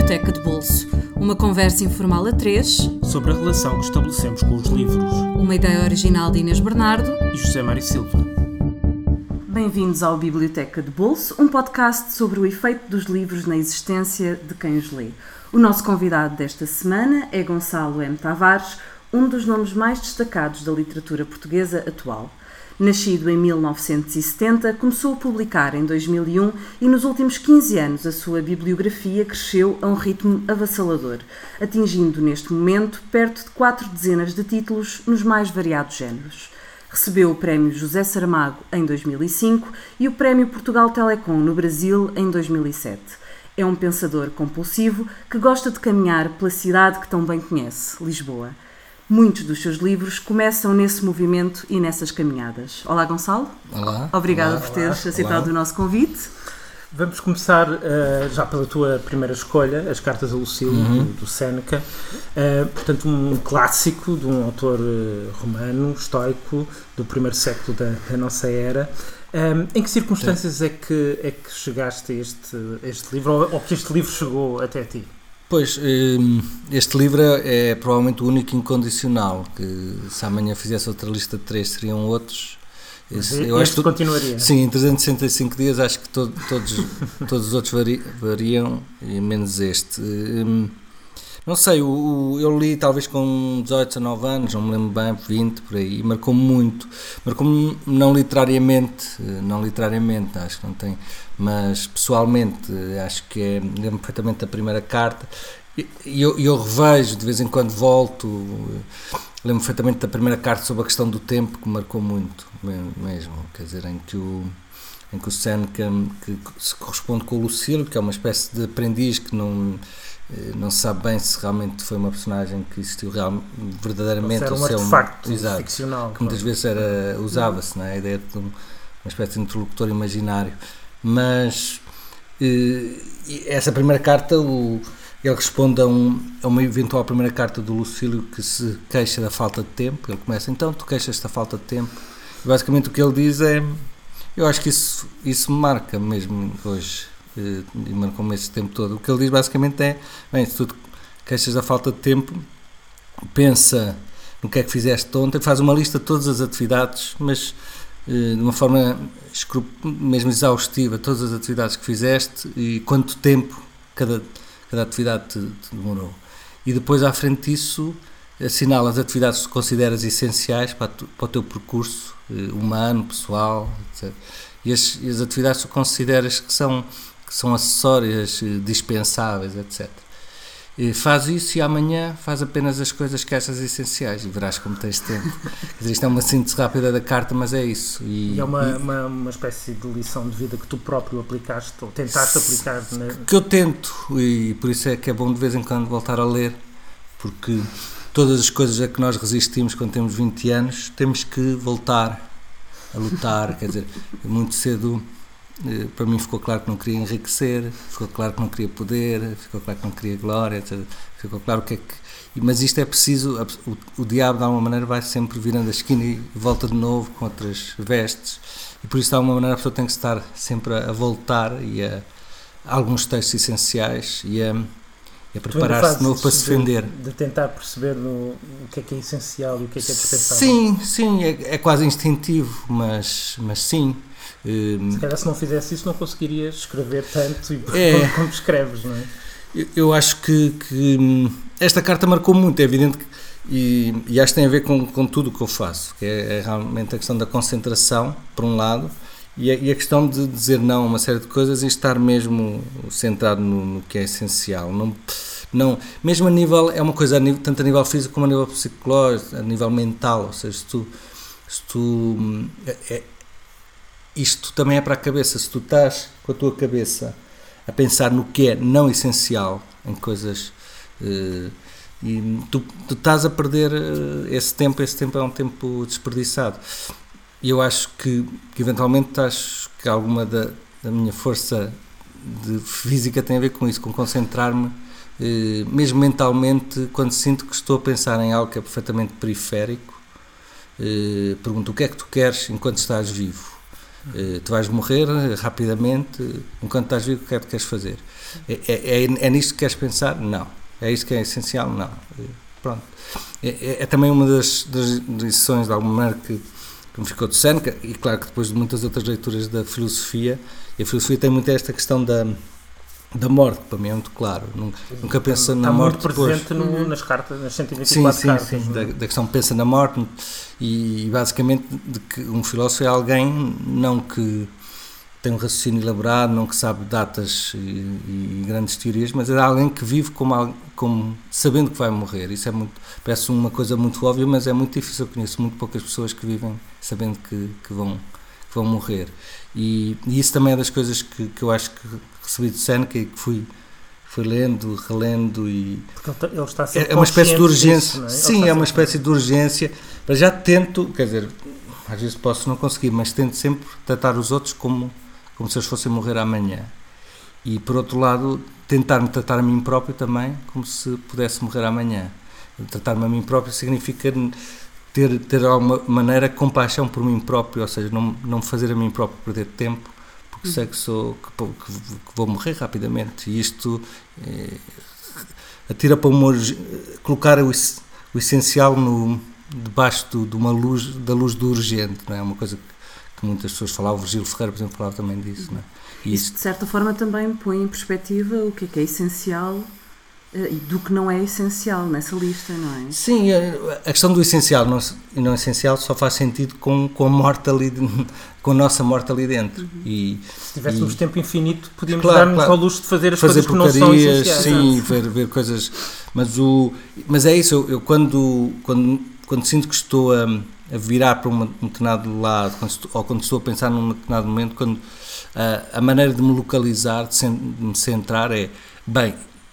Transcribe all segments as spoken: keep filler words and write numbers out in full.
Biblioteca de Bolso, uma conversa informal a três sobre a relação que estabelecemos com os livros. Uma ideia original de Inês Bernardo e José Mário Silva. Bem-vindos ao Biblioteca de Bolso, um podcast sobre o efeito dos livros na existência de quem os lê. O nosso convidado desta semana é Gonçalo M. Tavares, um dos nomes mais destacados da literatura portuguesa atual. Nascido em mil novecentos e setenta, começou a publicar em dois mil e um e nos últimos quinze anos a sua bibliografia cresceu a um ritmo avassalador, atingindo neste momento perto de quatro dezenas de títulos nos mais variados géneros. Recebeu o Prémio José Saramago em dois mil e cinco e o Prémio Portugal Telecom no Brasil em dois mil e sete. É um pensador compulsivo que gosta de caminhar pela cidade que tão bem conhece, Lisboa. Muitos dos seus livros começam nesse movimento e nessas caminhadas. Olá, Gonçalo. Olá. Obrigada olá, por teres olá, aceitado olá. o nosso convite. Vamos começar uh, já pela tua primeira escolha, As Cartas a Lucílio, uhum. do, do Séneca. Uh, portanto, um clássico de um autor uh, romano, estoico, do primeiro século da, da nossa era. Um, em que circunstâncias é que, é que chegaste a este, a este livro, ou, ou que este livro chegou até ti? Pois, este livro é provavelmente o único incondicional, que se amanhã fizesse outra lista de três seriam outros. Esse, eu este acho que continuaria? Sim, em trezentos e sessenta e cinco dias acho que todo, todos, todos os outros vari, variam, menos este. Não sei, eu li talvez com dezoito, dezanove anos, não me lembro bem, vinte, por aí, e marcou-me muito. Marcou-me não literariamente, não literariamente, acho que não tem, mas pessoalmente, acho que é, lembro perfeitamente da primeira carta, e eu, eu revejo, de vez em quando volto, lembro perfeitamente da primeira carta sobre a questão do tempo, que marcou muito, mesmo, quer dizer, em que o, em que o Séneca, que se corresponde com o Lucílio, que é uma espécie de aprendiz que não... não se sabe bem se realmente foi uma personagem que existiu real, verdadeiramente, ou se era um artefacto um, ficcional, que muitas vezes era, usava-se, não é? A ideia de um, uma espécie de interlocutor imaginário, mas eh, essa primeira carta o, ele responde a, um, a uma eventual primeira carta do Lucílio que se queixa da falta de tempo. Ele começa, então tu queixas da falta de tempo, e basicamente o que ele diz é, eu acho que isso, isso me marca mesmo hoje, e marcou-me esse tempo todo. O que ele diz basicamente é, bem, se tu queixas da falta de tempo, pensa no que é que fizeste ontem, faz uma lista de todas as atividades, mas de uma forma mesmo exaustiva, todas as atividades que fizeste e quanto tempo cada, cada atividade te, te demorou. E depois, à frente disso, assinala as atividades que consideras essenciais para, tu, para o teu percurso humano, pessoal, etcétera. E as, e as atividades que tu consideras que são que são acessórias, dispensáveis, etcétera. E faz isso e amanhã faz apenas as coisas que achas essenciais e verás como tens tempo. Quer dizer, isto é uma síntese rápida da carta, mas é isso. E, e é uma, e, uma, uma espécie de lição de vida que tu próprio aplicaste, ou tentaste aplicar. Na... Que eu tento, e por isso é que é bom de vez em quando voltar a ler, porque todas as coisas a que nós resistimos quando temos vinte anos, temos que voltar a lutar. Quer dizer, muito cedo... para mim ficou claro que não queria enriquecer, ficou claro que não queria poder, ficou claro que não queria glória, etcétera. Ficou claro o que é que... Mas isto é preciso, o, o diabo de alguma maneira vai sempre virando a esquina e volta de novo com outras vestes, e por isso de alguma maneira a pessoa tem que estar sempre a, a voltar e a, a alguns textos essenciais e a, e a preparar-se de novo para se defender. De, de tentar perceber no, o que é que é essencial e o que é que é dispensável. Sim, sim, é, é quase instintivo, mas, mas sim. Se calhar se não fizesse isso não conseguirias escrever tanto e é, como, como escreves, não é? Eu, eu acho que, que esta carta marcou muito, é evidente que, e, e acho que tem a ver com, com tudo o que eu faço, que é, é realmente a questão da concentração, por um lado, e a, e a questão de dizer não a uma série de coisas e estar mesmo centrado no, no que é essencial. Não, não, mesmo a nível, é uma coisa a nível, tanto a nível físico como a nível psicológico, a nível mental, ou seja, se tu, se tu é, isto também é para a cabeça. Se tu estás com a tua cabeça a pensar no que é não essencial, em coisas, uh, e tu, tu estás a perder uh, esse tempo, esse tempo é um tempo desperdiçado. E eu acho que, que eventualmente acho que alguma da, da minha força de física tem a ver com isso, com concentrar-me, uh, mesmo mentalmente, quando sinto que estou a pensar em algo que é perfeitamente periférico, uh, pergunto o que é que tu queres enquanto estás vivo. Uh, tu vais morrer rapidamente, enquanto estás vivo, o que é que queres fazer? É, é, é, é nisto que queres pensar? Não. É isto que é essencial? Não. Uh, pronto. É, é, é também uma das, das lições, de alguma maneira, que, que me ficou de Seneca, e claro que depois de muitas outras leituras da filosofia, e a filosofia tem muito esta questão da, da morte, que para mim é muito claro. Nunca, nunca pensa na morte depois. Está muito presente no, nas cartas, nas cento e vinte e quatro sim, cartas. Sim, sim, da, da questão pensa na morte, e basicamente de que um filósofo é alguém não que tem um raciocínio elaborado, não que sabe datas e, e grandes teorias, mas é alguém que vive como, como sabendo que vai morrer. Isso é muito, parece uma coisa muito óbvia, mas é muito difícil. Eu conheço muito poucas pessoas que vivem sabendo que, que, vão, que vão morrer. E, e isso também é das coisas que, que eu acho que recebi de Seneca e que fui, fui lendo, relendo. E porque ele está sempre é uma espécie de urgência. Disso, sim, é uma espécie de urgência. Mas já tento, quer dizer, às vezes posso não conseguir, mas tento sempre tratar os outros como como se eles fossem morrer amanhã. E, por outro lado, tentar-me tratar a mim próprio também como se pudesse morrer amanhã. Tratar-me a mim próprio significa ter, ter de alguma maneira compaixão por mim próprio, ou seja, não, não fazer a mim próprio perder tempo, porque sei que, sou, que, que, que vou morrer rapidamente. E isto é, atira para uma, colocar o, o essencial no, debaixo do, de uma luz, da luz do urgente, não é? Uma coisa que que muitas pessoas falavam, o Virgílio Ferreira, por exemplo, falava também disso. Não é? E isso, de certa forma, também põe em perspectiva o que é que é essencial e do que não é essencial nessa lista, não é? Sim, a questão do essencial e não essencial só faz sentido com, com a morte ali, com a nossa morte ali dentro. Uhum. E, se tivéssemos e, tempo infinito, podíamos claro, dar-nos claro, ao luxo de fazer as fazer coisas que não são essenciais. Sim, ver, ver coisas... Mas, o, mas é isso, eu, eu quando, quando, quando sinto que estou a... a virar para um determinado lado, quando estou, ou quando estou a pensar num determinado momento, quando uh, a maneira de me localizar, de, cent, de me centrar é, bem,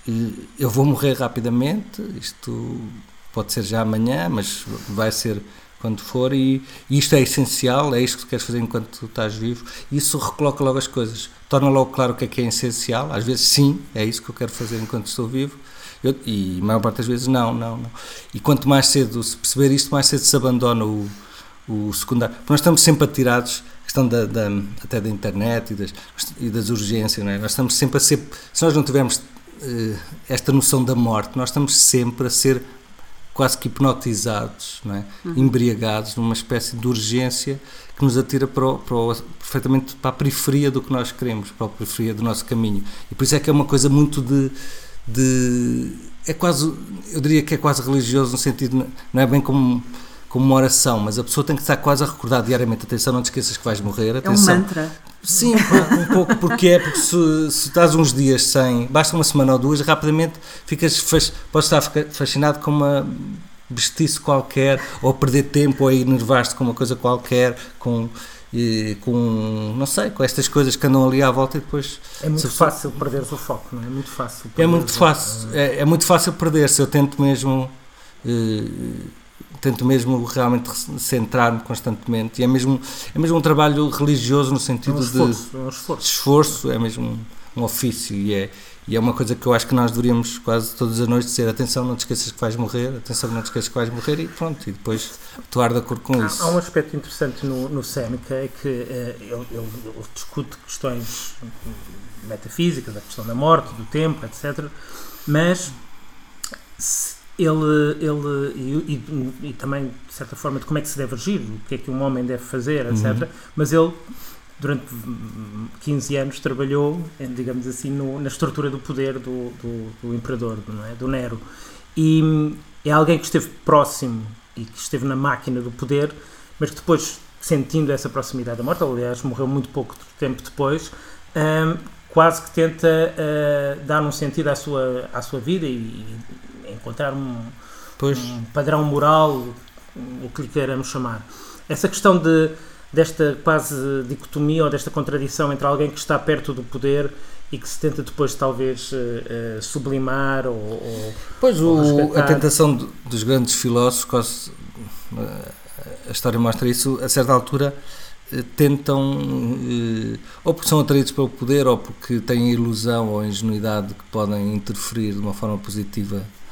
eu vou morrer rapidamente, isto pode ser já amanhã, mas vai ser quando for, e, e isto é essencial, é isto que tu queres fazer enquanto tu estás vivo, e isso recoloca logo as coisas, torna logo claro o que é que é essencial, às vezes sim, é isso que eu quero fazer enquanto estou vivo, Eu, e a maior parte das vezes não, não, não. E quanto mais cedo se perceber isto, mais cedo se abandona o, o secundário. Porque nós estamos sempre atirados, a questão da, da, até da internet e das, e das urgências, não é? Nós estamos sempre a ser, se nós não tivermos uh, esta noção da morte, nós estamos sempre a ser quase que hipnotizados, não é? Uhum. Embriagados numa espécie de urgência que nos atira para o, para o, perfeitamente para a periferia do que nós queremos, para a periferia do nosso caminho. E por isso é que é uma coisa muito de de é quase, eu diria que é quase religioso no sentido, não é bem como, como uma oração, mas a pessoa tem que estar quase a recordar diariamente, atenção, não te esqueças que vais morrer, atenção. É um mantra. Sim, um pouco, um pouco porque é, porque se, se estás uns dias sem, basta uma semana ou duas, rapidamente ficas, podes estar fascinado com uma bestice qualquer, ou perder tempo, ou enervar-te com uma coisa qualquer, com... E com, não sei, com estas coisas que andam ali à volta e depois... É muito fácil perderes o foco, não é? É muito fácil. É muito fácil, é, é muito fácil perder-se. Eu tento mesmo, eh, tento mesmo realmente centrar-me constantemente. E é mesmo, é mesmo um trabalho religioso no sentido é um esforço, de... É um esforço. esforço, é mesmo um, um ofício e é... E é uma coisa que eu acho que nós deveríamos quase todas as noites dizer, atenção, não te esqueças que vais morrer, atenção, não te esqueças que vais morrer, e pronto, e depois atuar de acordo com isso. Há um aspecto interessante no, no Seneca, é que eh, ele, ele, ele discute questões metafísicas, a questão da morte, do tempo, etcétera, mas ele, ele e, e, e também, de certa forma, de como é que se deve agir, o que é que um homem deve fazer, etcétera, uhum. Mas ele... durante quinze anos trabalhou, digamos assim, no, na estrutura do poder do, do, do imperador, não é? Do Nero. E é alguém que esteve próximo e que esteve na máquina do poder, mas que depois, sentindo essa proximidade da morte, aliás, morreu muito pouco tempo depois, um, quase que tenta uh, dar um sentido à sua, à sua vida e, e encontrar um, um padrão moral, o que lhe queiramos chamar. Essa questão de desta quase dicotomia ou desta contradição entre alguém que está perto do poder e que se tenta depois talvez uh, uh, sublimar ou, ou pois ou o, a tentação do, dos grandes filósofos, quase, uh, a história mostra isso, a certa altura uh, tentam uh, ou porque são atraídos pelo poder ou porque têm a ilusão ou a ingenuidade de que podem interferir de uma forma positiva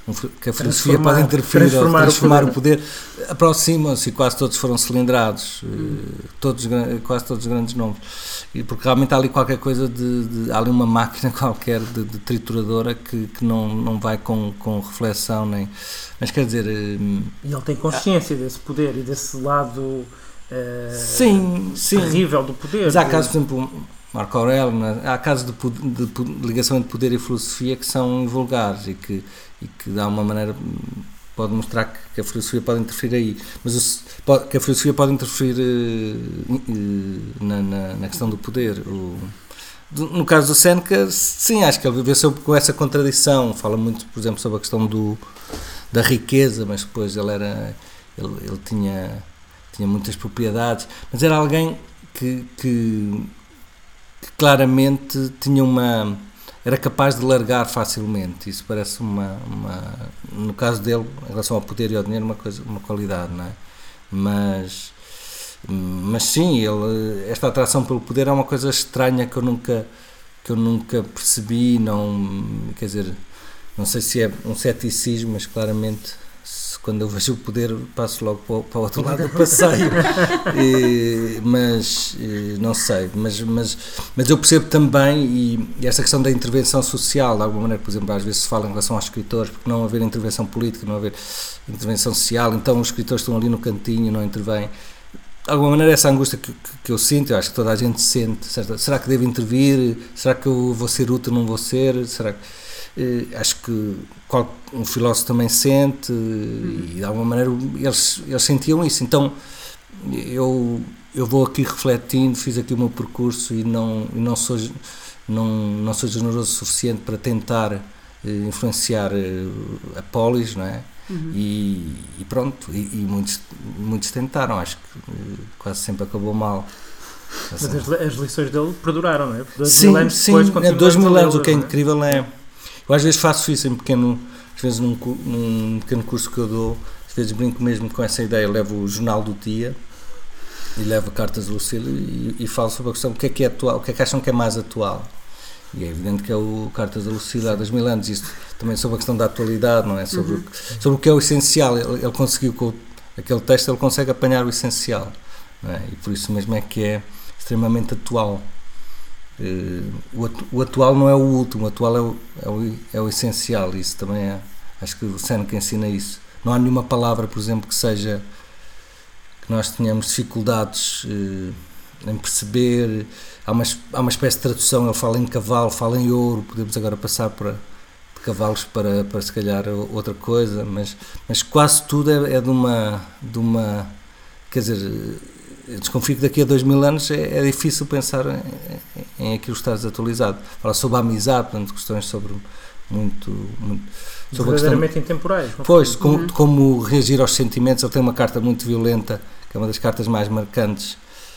que a filosofia pode interferir transformar, ou transformar o poder, poder aproximam-se e quase todos foram cilindrados, hum. todos, quase todos os grandes nomes, e porque realmente há ali qualquer coisa de, de há ali uma máquina qualquer de, de trituradora que, que não, não vai com, com reflexão nem, mas quer dizer, hum, e ele tem consciência desse poder e desse lado uh, sim, sim. terrível do poder. Mas há casos, por exemplo, Marco Aurélio, há casos de, de, de ligação entre poder e filosofia que são vulgares e que, e que de alguma maneira pode mostrar que, que a filosofia pode interferir aí, mas o, pode, que a filosofia pode interferir uh, uh, na, na, na questão do poder. O, do, no caso do Séneca, sim, acho que ele viveu sempre com essa contradição, fala muito, por exemplo, sobre a questão do, da riqueza, mas depois ele era ele, ele tinha, tinha muitas propriedades, mas era alguém que, que que claramente tinha uma, era capaz de largar facilmente. Isso parece uma, uma, no caso dele, em relação ao poder e ao dinheiro, uma coisa, uma qualidade, não é? Mas, mas sim, ele, esta atração pelo poder é uma coisa estranha que eu nunca, que eu nunca percebi, não, quer dizer, não sei se é um ceticismo, mas claramente quando eu vejo o poder passo logo para o, para o outro lado do passeio, e, mas e, não sei, mas, mas, mas eu percebo também, e, e esta questão da intervenção social, de alguma maneira, por exemplo, às vezes se fala em relação aos escritores, porque não haver intervenção política, não haver intervenção social, então os escritores estão ali no cantinho, não intervêm. De alguma maneira essa angústia que, que, que eu sinto, eu acho que toda a gente sente, certo? Será que devo intervir? Será que eu vou ser útil, não vou ser? Será que... Uh, acho que qual, um filósofo também sente uh, hum. e de alguma maneira eles, eles sentiam isso, então eu, eu vou aqui refletindo, fiz aqui o meu percurso e não, e não, sou, não, não sou generoso o suficiente para tentar uh, influenciar uh, a polis, não é? Uhum. E, e pronto, e, e muitos, muitos tentaram, acho que uh, quase sempre acabou mal. Mas as, as lições dele perduraram, não é? Dois sim, mil anos sim, depois, é dois mil anos, deles, o que é não é? incrível é... Eu às vezes faço isso em pequeno, às vezes num, num pequeno curso que eu dou, às vezes brinco mesmo com essa ideia, levo o jornal do dia e levo cartas do Lucílio e, e falo sobre a questão, o que é que é atual, o que é que acham que é mais atual. E é evidente que é o Cartas da Lucília há dois mil anos, isto também sobre a questão da atualidade, não é? Sobre, uhum. o, sobre o que é o essencial, ele, ele conseguiu com aquele texto, ele consegue apanhar o essencial, não é? E por isso mesmo é que é extremamente atual. Uh, o, atu, o atual não é o último, o atual é o, é o, é o essencial, isso também é, acho que o Séneca ensina isso. Não há nenhuma palavra, por exemplo, que seja, que nós tenhamos dificuldades uh, em perceber. Há uma, há uma espécie de tradução, ele fala em cavalo, fala em ouro, podemos agora passar para de cavalos para, para se calhar outra coisa, mas, mas quase tudo é, é de uma, de uma, quer dizer, eu desconfio que daqui a dois mil anos é, é difícil pensar em, em aquilo que está desatualizado. Fala sobre a amizade, portanto, questões sobre muito, muito sobre verdadeiramente intemporais. Pois, como, uhum. como reagir aos sentimentos. Ele tem uma carta muito violenta, que é uma das cartas mais marcantes,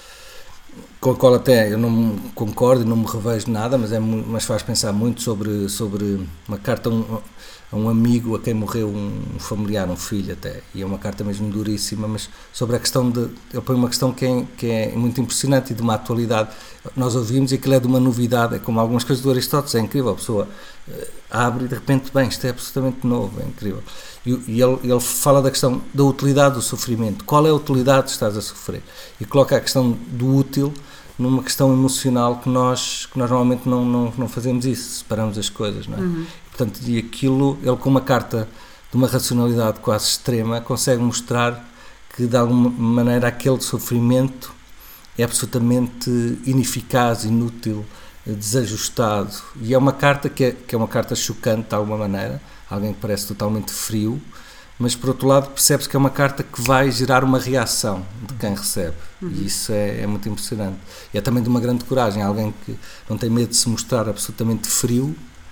com a qual até eu não concordo e não me revejo nada, mas, é, mas faz pensar muito sobre, sobre uma carta a um, a um amigo a quem morreu um familiar, um filho até, e é uma carta mesmo duríssima, mas sobre a questão de, ele põe uma questão que é, que é muito impressionante e de uma atualidade, nós ouvimos e aquilo é de uma novidade, é como algumas coisas do Aristóteles, é incrível, a pessoa uh, abre e de repente, bem, isto é absolutamente novo, é incrível, e, e ele, ele fala da questão da utilidade do sofrimento, qual é a utilidade de estás a sofrer, e coloca a questão do útil numa questão emocional que nós, que nós normalmente não, não, não fazemos isso, separamos as coisas, não é? Uhum. Portanto, e aquilo, ele com uma carta de uma racionalidade quase extrema, consegue mostrar que de alguma maneira aquele sofrimento é absolutamente ineficaz, inútil, desajustado, e é uma carta que é, que é uma carta chocante de alguma maneira, alguém que parece totalmente frio, mas por outro lado percebe-se que é uma carta que vai gerar uma reação de quem recebe, uhum. e isso é, é muito impressionante, e é também de uma grande coragem, alguém que não tem medo de se mostrar absolutamente frio,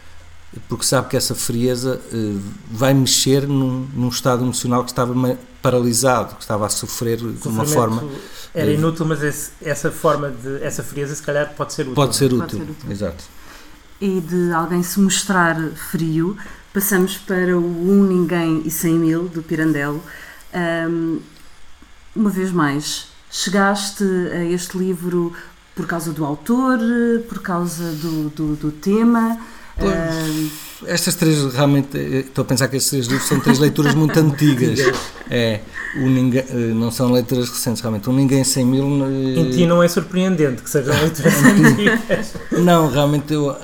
porque sabe que essa frieza uh, vai mexer num, num estado emocional que estava paralisado, que estava a sofrer de uma forma... Era inútil, mas esse, essa forma de, essa frieza se calhar pode ser útil. Pode ser útil, pode ser útil. Exato. E de alguém se mostrar frio, passamos para o Um Ninguém e Cem Mil, do Pirandello. Um, uma vez mais, chegaste a este livro por causa do autor, por causa do, do, do tema... Pois, estas três, realmente, estou a pensar que estes três livros são três leituras muito antigas. É, o ninguém, não são leituras recentes, realmente. O Ninguém Cem Mil... Em ti não é surpreendente que sejam leituras antigas. Não, realmente eu...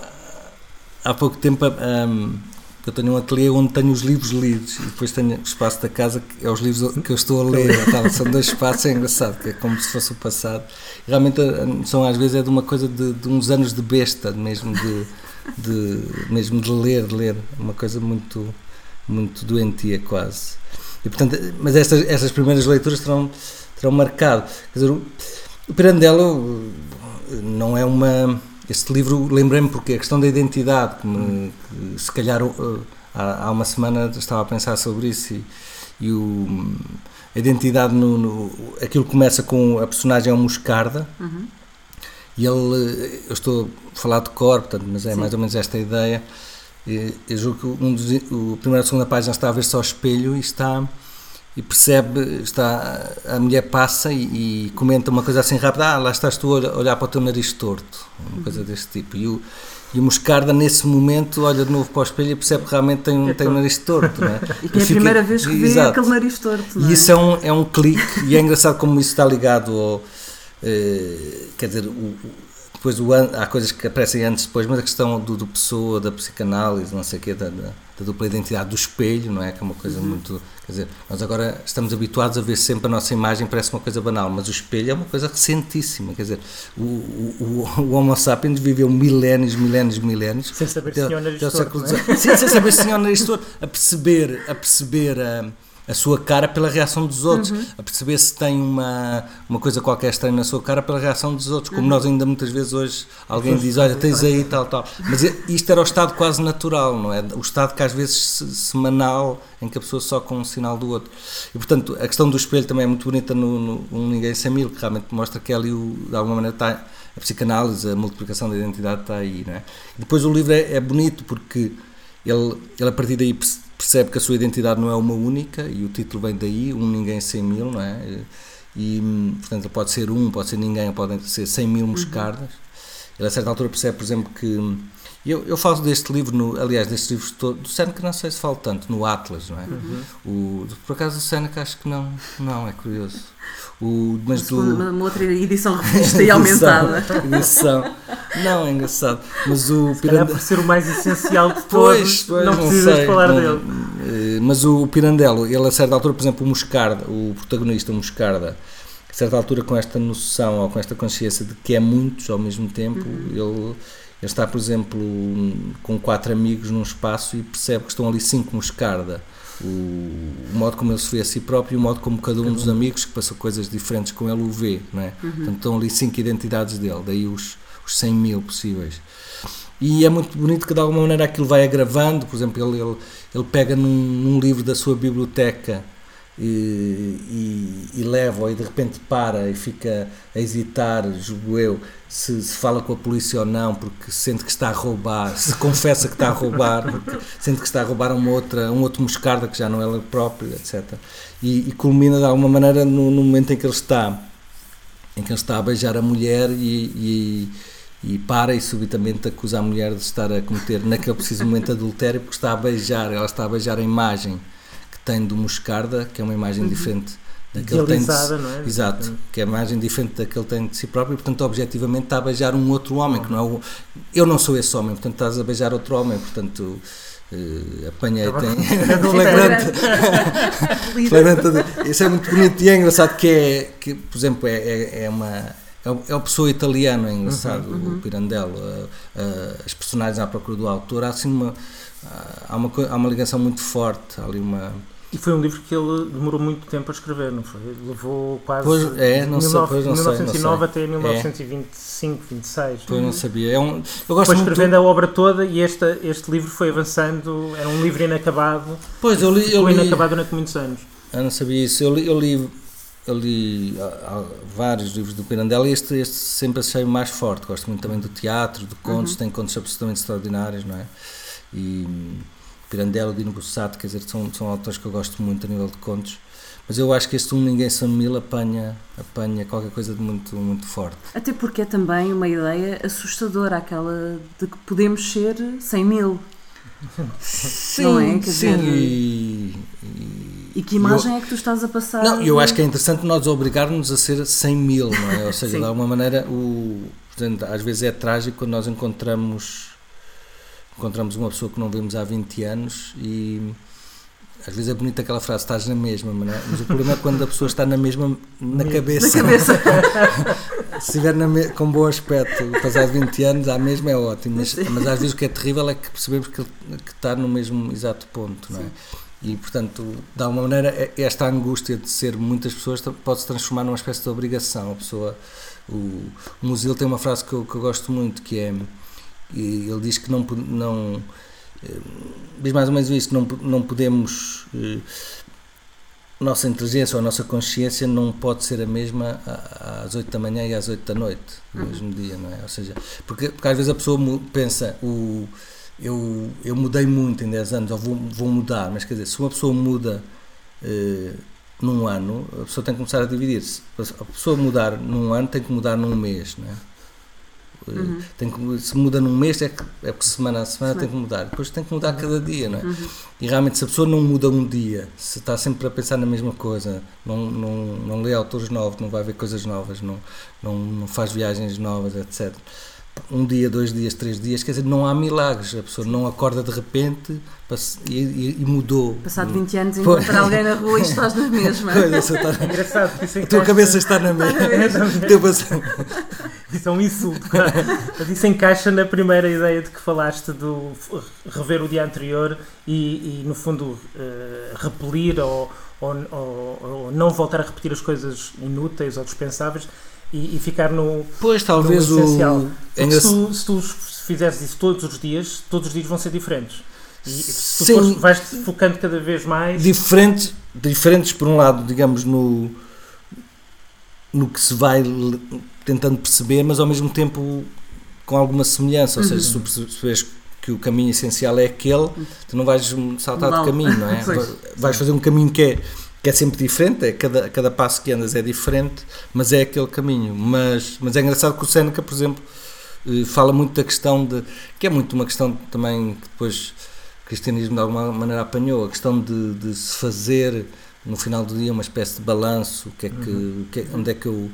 Há pouco tempo um, eu tenho um ateliê onde tenho os livros lidos e depois tenho o espaço da casa que é os livros que eu estou a ler. Tal, são dois espaços, é engraçado, que é como se fosse o passado. E realmente são, às vezes é de uma coisa de, de uns anos de besta, mesmo de, de, mesmo de ler, de ler. Uma coisa muito, muito doentia quase. E, portanto, mas estas, estas primeiras leituras terão, terão marcado. Quer dizer, o, o Pirandello não é uma... Este livro, lembrei-me porque a questão da identidade, que, me, que se calhar há, há uma semana estava a pensar sobre isso e, e o, a identidade, no, no, aquilo começa com a personagem é um Moscarda, uhum. E ele, eu estou a falar de cor, portanto, mas é Sim. mais ou menos esta a ideia. Eu julgo que um dos, o primeiro e a segunda página está a ver-se ao espelho e está... e percebe, está, a mulher passa e, e comenta uma coisa assim rápida, ah, lá estás tu a olhar para o teu nariz torto, uma coisa deste tipo, e o, e o Moscarda nesse momento olha de novo para o espelho e percebe que realmente tem, um, tem um nariz torto, não é? E que é a fica, primeira vez que vê exato. Aquele nariz torto, não é? E isso é um, é um clique, e é engraçado como isso está ligado ao, eh, quer dizer, o, depois o, há coisas que aparecem antes depois, mas a questão do, do Pessoa, da psicanálise, não sei o quê, da, da, da dupla identidade do espelho, não é? Que é uma coisa uhum. muito... Quer dizer, nós agora estamos habituados a ver sempre a nossa imagem, parece uma coisa banal, mas o espelho é uma coisa recentíssima, quer dizer, o, o, o Homo sapiens viveu milénios, milénios, milénios... Sem saber se tinha o nariz torto, não é? Sim, sem saber se tinha o nariz torto, a perceber, a perceber a, a sua cara pela reação dos outros, uhum. a perceber se tem uma, uma coisa qualquer estranha na sua cara pela reação dos outros, como uhum. nós ainda muitas vezes hoje, alguém diz, olha, tens aí tal, tal, mas isto era o estado quase natural, não é? O estado que às vezes semanal, em que a pessoa só com um sinal do outro. E portanto, a questão do espelho também é muito bonita no, no, no Ninguém Cem Mil, que realmente mostra que ali, o, de alguma maneira, está, a psicanálise, a multiplicação da identidade está aí, não é? Depois o livro é, é bonito porque ele, ele a partir daí percebe que a sua identidade não é uma única, e o título vem daí, um Ninguém Cem Mil, não é? E, portanto, pode ser um, pode ser ninguém, podem ser cem mil Moscardas. Uhum. Ele a certa altura percebe, por exemplo, que... Eu, eu falo deste livro, no, aliás, destes livros todos, do Séneca não sei se falo tanto, no Atlas, não é? Uhum. O, por acaso o Séneca acho que não, não, é curioso. O, mas do, uma, uma outra edição revista e aumentada. Edição. Não, é engraçado. Mas o se Pirandello... por ser o mais essencial de todos, pois, pois, não, não precisas sei, falar não, dele. Mas o Pirandello, ele a certa altura, por exemplo, o Moscarda, o protagonista, o Moscarda, a certa altura com esta noção ou com esta consciência de que é muitos ao mesmo tempo, uhum. ele... Ele está, por exemplo, com quatro amigos num espaço e percebe que estão ali cinco Moscarda. O, o modo como ele se vê a si próprio e o modo como cada um dos amigos que passou coisas diferentes com ele o vê, não é? Uhum. Portanto, estão ali cinco identidades dele, daí os, os cem mil possíveis. E é muito bonito que de alguma maneira aquilo vai agravando, por exemplo, ele, ele, ele pega num, num livro da sua biblioteca e, e, e leva-o e de repente para e fica a hesitar, julgo eu, se, se fala com a polícia ou não, porque sente que está a roubar, se confessa que está a roubar, porque sente que está a roubar uma outra, um outro Moscarda que já não é ele próprio, etcétera. E, e culmina de alguma maneira no, no momento em que ele está em que ele está a beijar a mulher e, e, e para e subitamente acusa a mulher de estar a cometer naquele preciso momento adultério, porque está a beijar, ela está a beijar a imagem que tem do Moscarda, que é uma imagem uhum. diferente daquele tem de, não é? Exato, que é a imagem diferente daquele tem de si próprio, e portanto objetivamente está a beijar um outro homem, que não é o, eu não sou esse homem, portanto estás a beijar outro homem, portanto uh, apanhei, tem flagrante, flagrante, isso é muito bonito e é engraçado que é, que, por exemplo, é, é, é uma é o, é o pessoa italiano, é engraçado, uhum, o Pirandello, uh, uh, as personagens à procura do autor, há assim uma, uh, há uma há uma ligação muito forte, há ali uma... E foi um livro que ele demorou muito tempo a escrever, não foi? Levou quase pois, é, não de sei, pois não mil novecentos e nove sei, até mil novecentos e vinte e cinco, é. vinte e seis. Pois não sabia. É um, eu gosto foi muito escrevendo a obra toda e este, este livro foi avançando, era um livro inacabado. Pois, eu li... Ficou eu li, inacabado durante muitos anos. Eu não sabia isso. Eu li, eu li, eu li há, há vários livros do Pirandello e este, este sempre achei mais forte. Gosto muito também do teatro, de contos, uhum. Tem contos absolutamente extraordinários, não é? E... Pirandello, Dino Bussati, quer dizer, são, são autores que eu gosto muito a nível de contos, mas eu acho que este Um Ninguém Cem Mil apanha, apanha qualquer coisa de muito, muito forte. Até porque é também uma ideia assustadora, aquela de que podemos ser cem mil. Sim, não é? Quer sim. dizer, E, e, e que imagem eu, é que tu estás a passar? Não, eu acho que é interessante nós obrigarmos a ser cem mil, não é? Ou seja, Sim. de alguma maneira, o, portanto, às vezes é trágico quando nós encontramos, encontramos uma pessoa que não vemos há vinte anos e às vezes é bonita aquela frase, estás na mesma, não é? Mas o problema é quando a pessoa está na mesma na cabeça. Na cabeça. Se estiver na me, com bom aspecto, passado vinte anos, à mesma é ótimo, mas, mas às vezes o que é terrível é que percebemos que, que está no mesmo exato ponto, não é? Sim. E, portanto, de alguma maneira, esta angústia de ser muitas pessoas pode se transformar numa espécie de obrigação. A pessoa, o, o Musil tem uma frase que eu, que eu gosto muito, que é, ele diz que não, não diz mais ou menos isso, que não, não podemos, a nossa inteligência ou a nossa consciência não pode ser a mesma às oito da manhã e às oito da noite, no mesmo dia, não é? Ou seja, porque, porque às vezes a pessoa pensa, o Eu, eu mudei muito em dez anos, ou vou, vou mudar, mas quer dizer, se uma pessoa muda eh, num ano, a pessoa tem que começar a dividir-se. A pessoa mudar num ano tem que mudar num mês, não é? Uhum. Tem que, se muda num mês é, que, é porque semana a semana Sim. tem que mudar, depois tem que mudar cada dia, não é? Uhum. E realmente se a pessoa não muda um dia, se está sempre a pensar na mesma coisa, não, não, não lê autores novos, não vai ver coisas novas, não, não, não faz viagens novas, etcétera, um dia, dois dias, três dias, quer dizer, não há milagres, a pessoa não acorda de repente e, e, e mudou. Passado vinte anos encontrar alguém na rua e estás na mesma. Pois, está... É engraçado, isso a tua cabeça está na mesma. Isso é um insulto, mas isso encaixa na primeira ideia de que falaste do rever o dia anterior e, e no fundo, uh, repelir ou, ou, ou, ou não voltar a repetir as coisas inúteis ou dispensáveis. E, e ficar no, pois, talvez no essencial. O... É se, tu, se tu fizeres isso todos os dias, todos os dias vão ser diferentes. E se Sim. tu fores, vais-te focando cada vez mais... Diferentes, diferentes por um lado, digamos, no, no que se vai tentando perceber, mas ao mesmo tempo com alguma semelhança. Ou uhum. seja, se tu percebes que o caminho essencial é aquele, tu não vais saltar não. de caminho, não é? Vais fazer um caminho que é... que é sempre diferente, é, cada, cada passo que andas é diferente, mas é aquele caminho. Mas, mas é engraçado que o Séneca, por exemplo, fala muito da questão de, que é muito uma questão também que depois o cristianismo de alguma maneira apanhou, a questão de, de se fazer no final do dia uma espécie de balanço, o que é que, uhum. que é, onde é que eu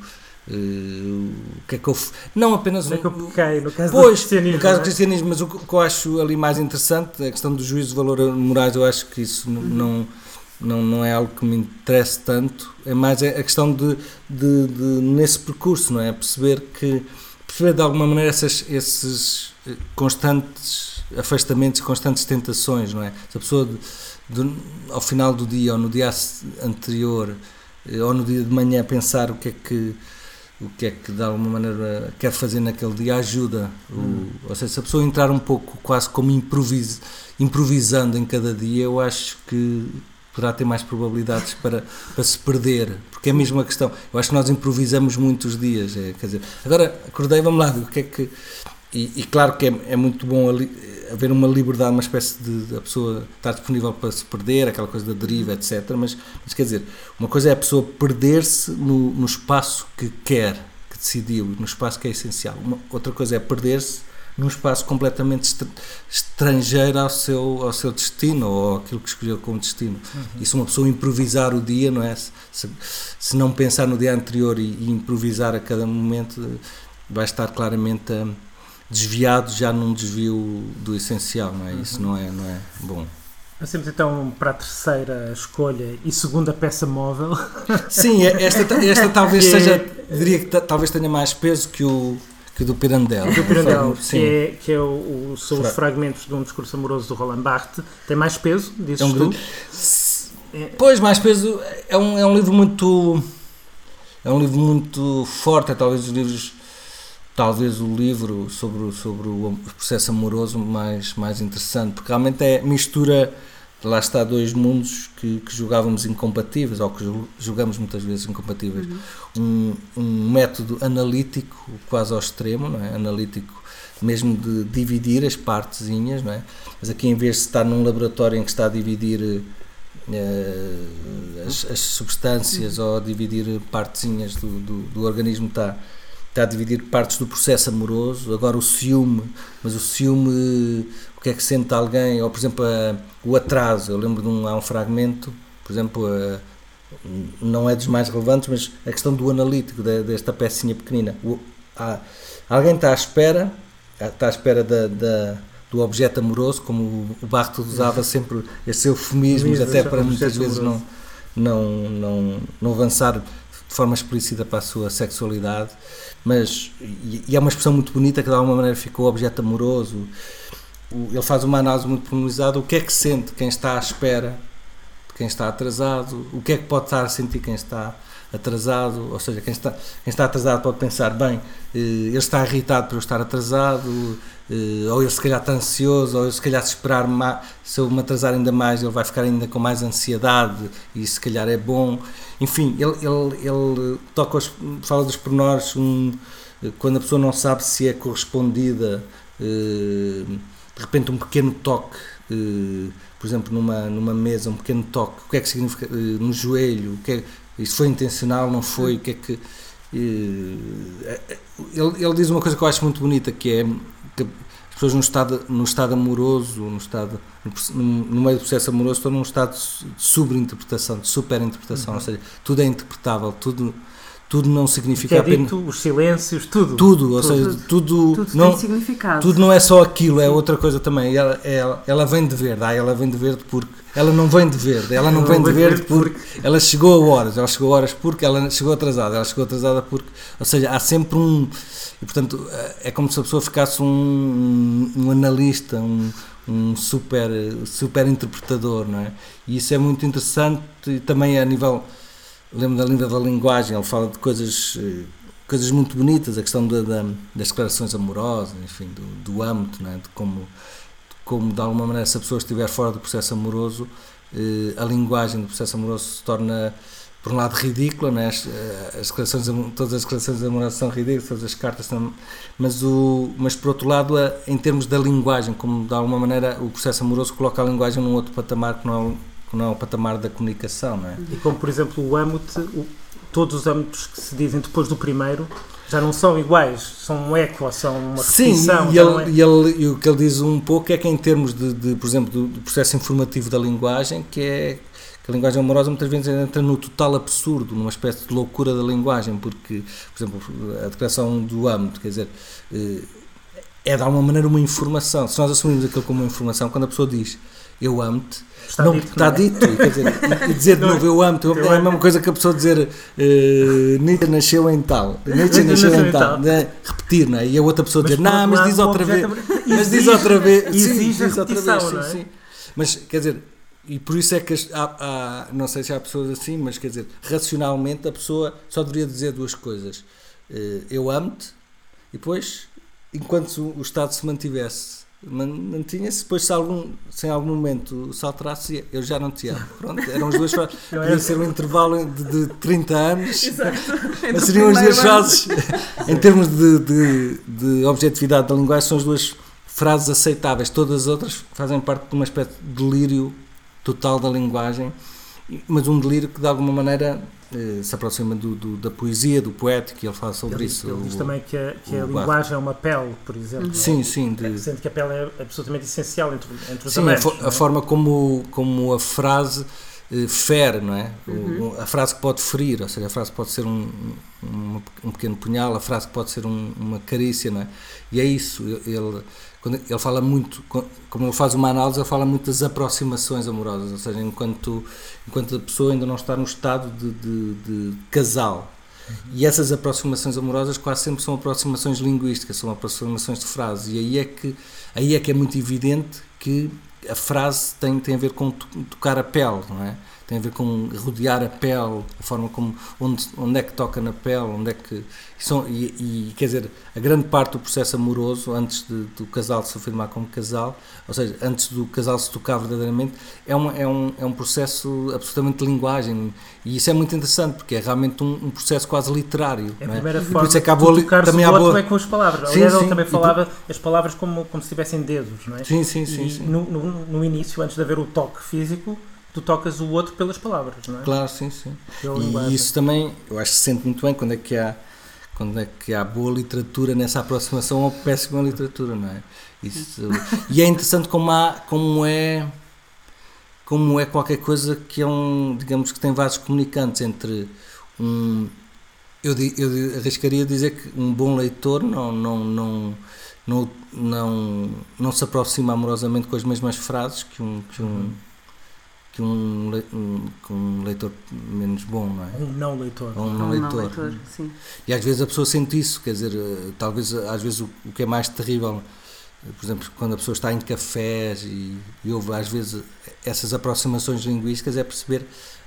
Uh, o que é que eu não apenas onde é que eu pequei, no caso pois, do cristianismo, no caso é? do cristianismo, mas o que eu acho ali mais interessante a questão do juízo de valor morais, eu acho que isso uhum. não Não, não é algo que me interesse tanto, é mais a questão de, de, de nesse percurso, não é? Perceber que, perceber de alguma maneira essas, esses constantes afastamentos, constantes tentações, não é? Se a pessoa de, de, ao final do dia ou no dia anterior ou no dia de manhã pensar o que é que o que é que de alguma maneira quer fazer naquele dia ajuda, hum. o, ou seja, se a pessoa entrar um pouco quase como improvis, improvisando em cada dia, eu acho que poderá ter mais probabilidades para, para se perder, porque é mesmo a questão, eu acho que nós improvisamos muitos dias, é, quer dizer, agora acordei, vamos lá, o que é que, e, e claro que é, é muito bom ali, haver uma liberdade, uma espécie de, de a pessoa estar disponível para se perder, aquela coisa da deriva, etcétera, mas, mas quer dizer, uma coisa é a pessoa perder-se no, no espaço que quer, que decidiu, no espaço que é essencial, uma, outra coisa é perder-se num espaço completamente estrangeiro ao seu, ao seu destino ou àquilo que escolheu como destino. Uhum. E se uma pessoa improvisar o dia, não é? Se, se não pensar no dia anterior e, e improvisar a cada momento, vai estar claramente um, desviado já num desvio do essencial, não é? Uhum. Isso não é, não é bom. Passemos então para a terceira escolha e segunda peça móvel. Sim, esta, esta talvez seja, diria que talvez tenha mais peso que o que do Pirandello. Do Pirandello, que é, que é o, o, são os fragmentos de um discurso amoroso do Roland Barthes. Tem mais peso, dizes é um tu? É. Pois, mais peso. É um, é um livro muito... É um livro muito forte. É talvez os livros... Talvez o livro sobre, sobre o processo amoroso mais, mais interessante. Porque realmente é mistura... Lá está dois mundos que, que julgávamos incompatíveis, ou que julgamos muitas vezes incompatíveis. Uhum. Um, um método analítico quase ao extremo, não é? Analítico mesmo de dividir as partezinhas, não é? Mas aqui, em vez de estar num laboratório em que está a dividir uh, as, as substâncias, uhum. ou a dividir partezinhas do, do, do organismo, está, está a dividir partes do processo amoroso, agora o ciúme, mas o ciúme, o que é que sente alguém, ou por exemplo a, o atraso, eu lembro de um, há um fragmento, por exemplo, a, não é dos mais relevantes, mas a questão do analítico, de, desta pecinha pequenina, o, há, alguém está à espera, está à espera da, da, do objeto amoroso, como o, o Barthes usava sempre esses eufemismos, até para muitas vezes não, não, não, não avançar de forma explícita para a sua sexualidade, mas e, e é uma expressão muito bonita que de alguma maneira ficou o objeto amoroso. O, ele faz uma análise muito pormenorizada, o que é que sente quem está à espera de quem está atrasado, o que é que pode estar a sentir quem está atrasado, ou seja, quem está, quem está atrasado pode pensar, bem, ele está irritado por eu estar atrasado, ou ele se calhar está ansioso, ou ele se calhar se esperar mais, se eu me atrasar ainda mais ele vai ficar ainda com mais ansiedade e se calhar é bom, enfim, ele, ele, ele toca os, fala dos pormenores, um, quando a pessoa não sabe se é correspondida, de repente um pequeno toque, por exemplo numa, numa mesa, um pequeno toque, o que é que significa, no joelho, o que é, isso foi intencional, não foi, o que é que... Ele, ele diz uma coisa que eu acho muito bonita, que é que as pessoas no estado, no estado amoroso, no, estado, no, no meio do processo amoroso, estão num estado de sobreinterpretação, de superinterpretação, uhum. Ou seja, tudo é interpretável, tudo... Tudo não significa é apenas... dito, os silêncios, tudo. Tudo, ou tudo. seja, tudo... Tudo não, tem significado. Tudo não é só aquilo, é outra coisa também. Ela, ela, ela vem de verde, ah, ela vem de verde porque... Ela não vem de verde, ela não, não vem de verde porque, porque ela chegou a horas, ela chegou a horas porque ela chegou atrasada, ela chegou atrasada porque... Ou seja, há sempre um... E, portanto, é como se a pessoa ficasse um, um analista, um, um super, super interpretador, não é? E isso é muito interessante e também a nível... Lembro da língua da linguagem, ele fala de coisas, coisas muito bonitas, a questão da, da, das declarações amorosas, enfim, do, do âmbito, não é? De como, de como, de alguma maneira, se a pessoa estiver fora do processo amoroso, eh, a linguagem do processo amoroso se torna, por um lado, ridícula, não é? as, as declarações, todas as declarações amorosas são ridículas, todas as cartas são, mas, o, mas, por outro lado, a, em termos da linguagem, como, de alguma maneira, o processo amoroso coloca a linguagem num outro patamar que não é que não é o patamar da comunicação, não é? E como, por exemplo, o âmbito, o, todos os âmbitos que se dizem depois do primeiro já não são iguais, são um eco, são uma repetição. Sim, e, ele, é... e, ele, e o que ele diz um pouco é que em termos, de, de por exemplo, do, do processo informativo da linguagem, que é que a linguagem amorosa muitas vezes entra no total absurdo, numa espécie de loucura da linguagem, porque, por exemplo, a declaração do âmbito, quer dizer, é de alguma maneira uma informação. Se nós assumimos aquilo como uma informação, quando a pessoa diz eu amo-te, Está não, dito, está não é? dito, e, quer dizer, e, e dizer de novo eu amo-te é a mesma coisa que a pessoa dizer uh, Nietzsche nasceu em tal, Nietzsche nasceu em tal, né? Repetir, não é? E a outra pessoa mas dizer, não, mas diz outra vez, mas diz outra vez, sim, diz outra vez, sim, sim. Mas quer dizer, e por isso é que há, há, não sei se há pessoas assim, mas quer dizer, racionalmente a pessoa só deveria dizer duas coisas, uh, eu amo-te, e depois, enquanto o Estado se mantivesse, mantinha-se, depois se, algum, se em algum momento se alterasse, eu já não te amo. Pronto, eram as duas frases. Podia ser um intervalo de, de trinta anos, mas seriam as duas frases, em termos de, de, de objetividade da linguagem, são as duas frases aceitáveis. Todas as outras fazem parte de uma espécie de delírio total da linguagem, mas um delírio que de alguma maneira eh, se aproxima do, do, da poesia, do poético, e ele fala sobre ele, isso. Ele diz o, também que a, que a linguagem é uma pele, por exemplo. Sim, sim. De... Sendo que a pele é absolutamente essencial entre, entre os sim, amantes. Sim, a, a forma como, como a frase eh, fere, não é? Uhum. O, a frase que pode ferir, ou seja, a frase pode ser um, um, um pequeno punhal, a frase que pode ser um, uma carícia, não é? E é isso, ele... Quando ele fala muito, como ele faz uma análise, ele fala muito das aproximações amorosas, ou seja, enquanto, enquanto a pessoa ainda não está no estado de, de, de casal. Uhum. E essas aproximações amorosas quase sempre são aproximações linguísticas, são aproximações de frases, e aí é que, aí é, que é muito evidente que a frase tem, tem a ver com tocar a pele, não é? Tem a ver com rodear a pele, a forma como, onde, onde é que toca na pele, onde é que... São, e, e, quer dizer, a grande parte do processo amoroso, antes de, do casal se afirmar como casal, ou seja, antes do casal se tocar verdadeiramente, é, uma, é, um, é um processo absolutamente de linguagem, e isso é muito interessante, porque é realmente um, um processo quase literário. É a não primeira é? forma de tocar também o outro boa... é com as palavras. Sim, Aliás, sim, ele também falava tu... as palavras como, como se tivessem dedos, não é? Sim, sim, sim. E sim. No, no, no início, antes de haver o toque físico, tu tocas o outro pelas palavras, não é? Claro, sim, sim. Pela e linguagem. Isso também, eu acho que se sente muito bem quando é que há quando é que há boa literatura nessa aproximação ou péssima literatura, não é? Isso, e é interessante como, há, como, é, como é qualquer coisa que é um, digamos que tem vários comunicantes entre um, eu, eu arriscaria dizer que um bom leitor não, não, não, não, não, não se aproxima amorosamente com as mesmas frases que um, que um, que um, um, que um leitor menos bom, não é? Um não leitor. Um não Um leitor. não leitor, sim. E às vezes a pessoa sente isso, quer dizer, talvez às vezes o, o que é mais terrível, por exemplo, quando a pessoa está em cafés e, e ouve às vezes essas aproximações linguísticas, é perceber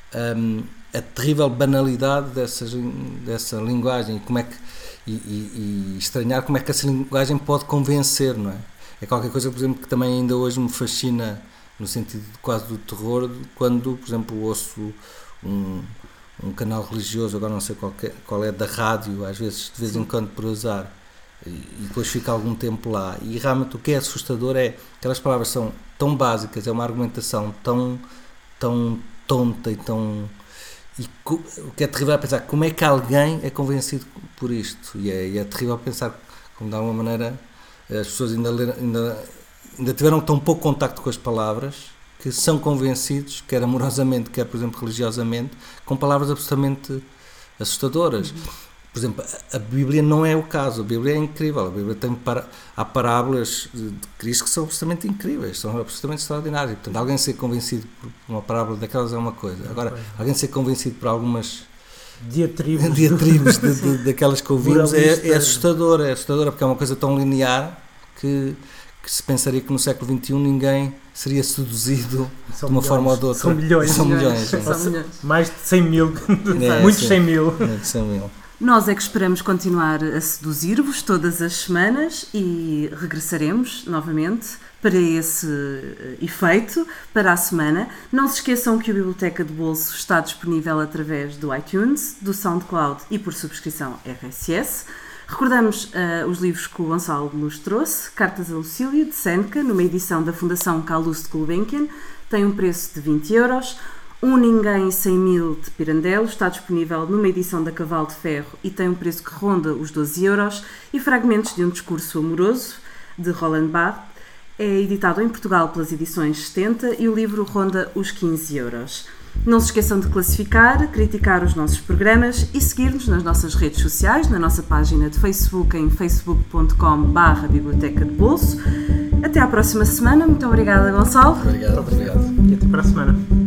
um, a terrível banalidade dessas, dessa linguagem e, como é que, e, e, e estranhar como é que essa linguagem pode convencer, não é? É qualquer coisa, por exemplo, que também ainda hoje me fascina no sentido quase do terror, quando, por exemplo, ouço um, um canal religioso, agora não sei qual, que, qual é, da rádio, às vezes, de vez em quando por usar, e, e depois fica algum tempo lá. E realmente o que é assustador é que aquelas palavras são tão básicas, é uma argumentação tão, tão tonta e tão... E co, o que é terrível é pensar como é que alguém é convencido por isto. E é, e é terrível pensar como, de alguma maneira, as pessoas ainda... ainda ainda tiveram tão pouco contacto com as palavras que são convencidos, quer amorosamente, quer, por exemplo, religiosamente, com palavras absolutamente assustadoras. Uhum. Por exemplo, a Bíblia não é o caso, a Bíblia é incrível, a Bíblia tem para, há parábolas de Cristo que são absolutamente incríveis, são absolutamente extraordinárias. Portanto, alguém ser convencido por uma parábola daquelas é uma coisa. Agora, alguém ser convencido por algumas diatribos, diatribos de, de, daquelas que ouvimos é, é assustador, é assustador, porque é uma coisa tão linear que que se pensaria que no século vinte e um ninguém seria seduzido são de uma milhões, forma ou de outra. São milhões. São milhões. São milhões. Mais de cem mil. É, Muitos sim. cem mil. É, cem mil. Nós é que esperamos continuar a seduzir-vos todas as semanas e regressaremos novamente para esse efeito para a semana. Não se esqueçam que a Biblioteca de Bolso está disponível através do iTunes, do SoundCloud e por subscrição R S S. Recordamos uh, os livros que o Gonçalo nos trouxe. Cartas a Lucília, de Seneca, numa edição da Fundação Calouste Gulbenkian, tem um preço de vinte euros. Um Ninguém Cem Mil, de Pirandello, está disponível numa edição da Cavalo de Ferro e tem um preço que ronda os doze euros. E Fragmentos de um Discurso Amoroso, de Roland Barthes, é editado em Portugal pelas edições setenta e o livro ronda os quinze euros. Não se esqueçam de classificar, criticar os nossos programas e seguir-nos nas nossas redes sociais, na nossa página de Facebook em facebook ponto com barra Biblioteca de Bolso. Até à próxima semana. Muito obrigada, Gonçalo. Obrigado, obrigado. E até para a semana.